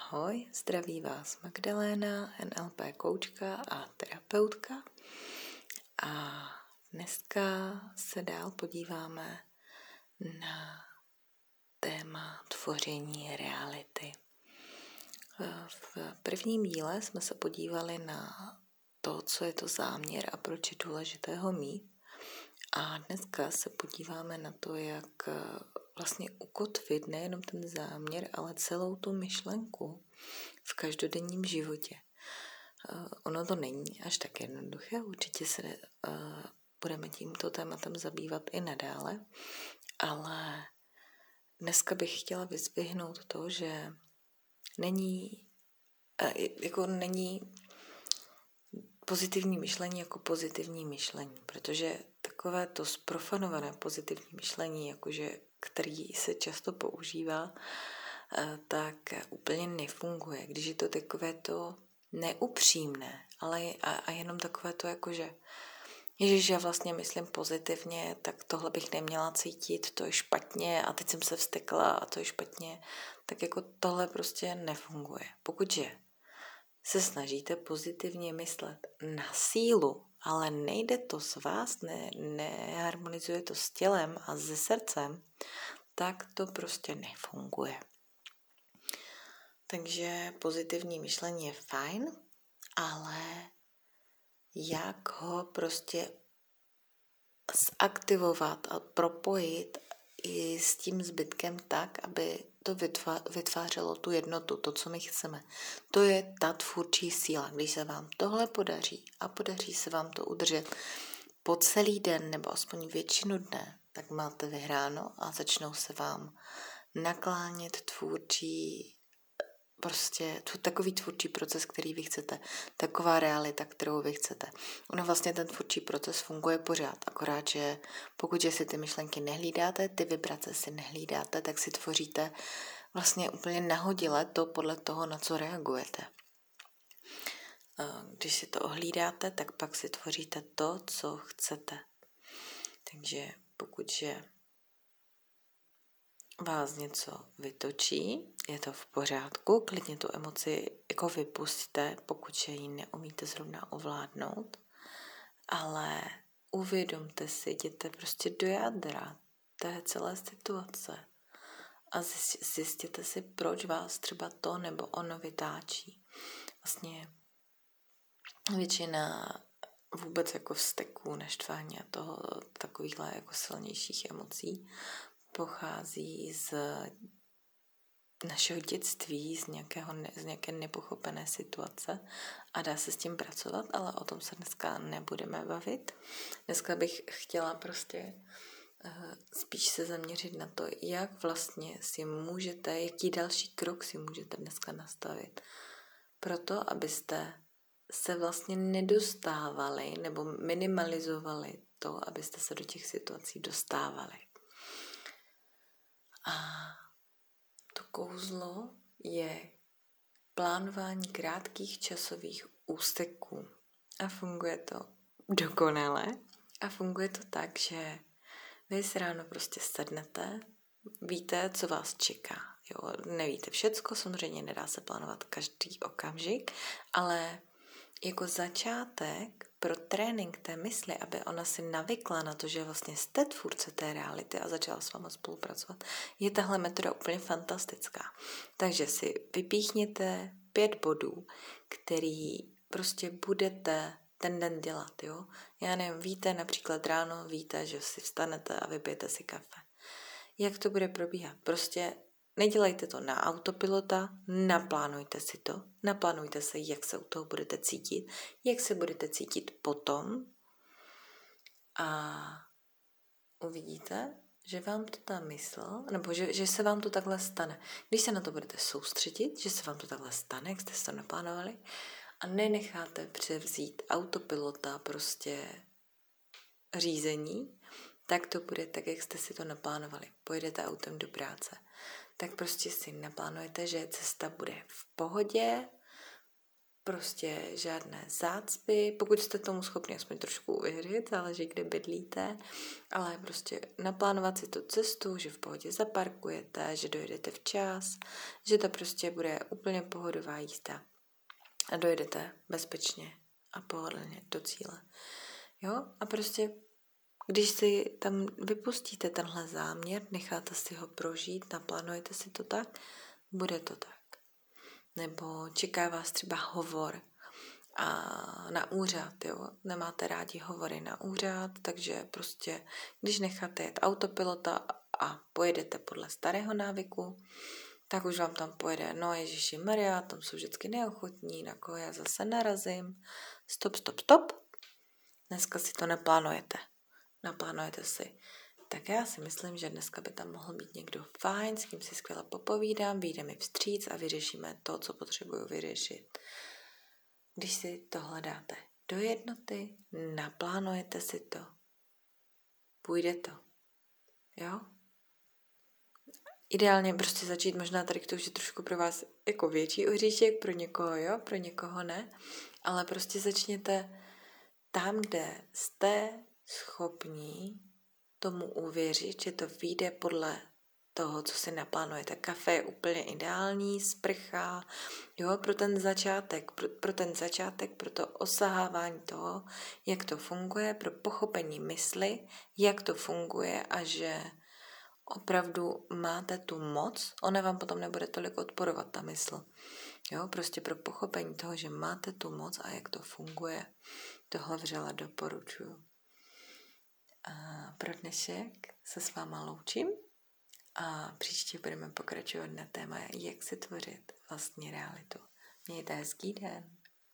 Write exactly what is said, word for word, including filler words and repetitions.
Ahoj, zdraví vás Magdaléna, N L P koučka a terapeutka. A dneska se dál podíváme na téma tvoření reality. V prvním díle jsme se podívali na to, co je to záměr a proč je důležité ho mít. A dneska se podíváme na to, jak vlastně ukotvit nejenom ten záměr, ale celou tu myšlenku v každodenním životě. Ono to není až tak jednoduché, určitě se uh, budeme tímto tématem zabývat i nadále, ale dneska bych chtěla vyzdvihnout to, že není, uh, jako není pozitivní myšlení jako pozitivní myšlení, protože takové to zprofanované pozitivní myšlení, jakože, který se často používá, tak úplně nefunguje. Když je to takové to neupřímné, ale a, a jenom takové to jakože Ježiš, já vlastně myslím pozitivně, tak tohle bych neměla cítit, to je špatně a teď jsem se vztekla a to je špatně, tak jako tohle prostě nefunguje. Pokud se snažíte pozitivně myslet na sílu, ale nejde to z vás, ne, neharmonizuje to s tělem a se srdcem, tak to prostě nefunguje. Takže pozitivní myšlení je fajn, ale jak ho prostě zaktivovat a propojit i s tím zbytkem tak, aby to vytvářelo tu jednotu, to, co my chceme. To je ta tvůrčí síla. Když se vám tohle podaří a podaří se vám to udržet po celý den nebo aspoň většinu dne, tak máte vyhráno a začnou se vám naklánět tvůrčí prostě to, takový tvůrčí proces, který vy chcete, taková realita, kterou vy chcete. Ono vlastně ten tvůrčí proces funguje pořád, akorát, že pokud že si ty myšlenky nehlídáte, ty vibrace si nehlídáte, tak si tvoříte vlastně úplně nahodile to podle toho, na co reagujete. Když si to ohlídáte, tak pak si tvoříte to, co chcete. Takže pokud že vás něco vytočí, je to v pořádku, klidně tu emoci jako vypustíte, pokud ji neumíte zrovna ovládnout, ale uvědomte si, jděte prostě do jádra té celé situace a zjistěte si, proč vás třeba to nebo ono vytáčí. Vlastně většina vůbec jako vzteků, naštvání a toho takovýchhle jako silnějších emocí pochází z našeho dětství, z, nějakého, z nějaké nepochopené situace a dá se s tím pracovat, ale o tom se dneska nebudeme bavit. Dneska bych chtěla prostě uh, spíš se zaměřit na to, jak vlastně si můžete, jaký další krok si můžete dneska nastavit. Proto, abyste se vlastně nedostávali nebo minimalizovali to, abyste se do těch situací dostávali. A to kouzlo je plánování krátkých časových úseků. A funguje to dokonale. A funguje to tak, že vy si ráno prostě sednete, víte, co vás čeká. Jo, nevíte všecko, samozřejmě nedá se plánovat každý okamžik, ale jako začátek pro trénink té mysli, aby ona si navykla na to, že vlastně jste tvůrce té reality a začala s váma spolupracovat, je tahle metoda úplně fantastická. Takže si vypíchněte pět bodů, který prostě budete ten den dělat. Jo? Já nevím, víte, například ráno víte, že si vstanete a vypijete si kafe. Jak to bude probíhat? Prostě nedělejte to na autopilota, naplánujte si to, naplánujte se, jak se u toho budete cítit, jak se budete cítit potom a uvidíte, že vám to ta mysl, nebo že, že se vám to takhle stane. Když se na to budete soustředit, že se vám to takhle stane, jak jste si to naplánovali a nenecháte převzít autopilota prostě řízení, tak to bude tak, jak jste si to naplánovali. Pojedete autem do práce. Tak prostě si naplánujete, že cesta bude v pohodě, prostě žádné zácpy, pokud jste tomu schopni aspoň trošku uvěřit, záleží, kde bydlíte, ale prostě naplánovat si tu cestu, že v pohodě zaparkujete, že dojedete včas, že to prostě bude úplně pohodová jízda a dojedete bezpečně a pohodlně do cíle. Jo? A prostě když si tam vypustíte tenhle záměr, necháte si ho prožít, naplánujete si to tak, bude to tak. Nebo čeká vás třeba hovor a na úřad, jo. Nemáte rádi hovory na úřad, takže prostě, když necháte jet autopilota a pojedete podle starého návyku, tak už vám tam pojede, no Ježíši Maria, tam jsou vždycky neochotní, na koho já zase narazím. Stop, stop, stop. Dneska si to neplánujete. Naplánujete si. Tak já si myslím, že dneska by tam mohl být někdo fajn, s kým si skvěle popovídám, vyjde mi vstříc a vyřešíme to, co potřebuju vyřešit. Když si to hledáte do jednoty, naplánujete si to, půjde to. Jo? Ideálně prostě začít, možná tady to už je trošku pro vás jako větší oříšek, pro někoho jo, pro někoho ne, ale prostě začněte tam, kde jste schopní tomu uvěřit, že to vyjde podle toho, co si naplánujete. Kafe je úplně ideální, sprcha, jo, pro ten začátek, pro, pro ten začátek, pro to osahávání toho, jak to funguje, pro pochopení mysli, jak to funguje a že opravdu máte tu moc, ona vám potom nebude tolik odporovat, ta mysl. Jo, prostě pro pochopení toho, že máte tu moc a jak to funguje. Tohle vřele doporučuju. A pro dnešek se s váma loučím a příště budeme pokračovat na téma, jak si tvořit vlastní realitu. Mějte hezký den.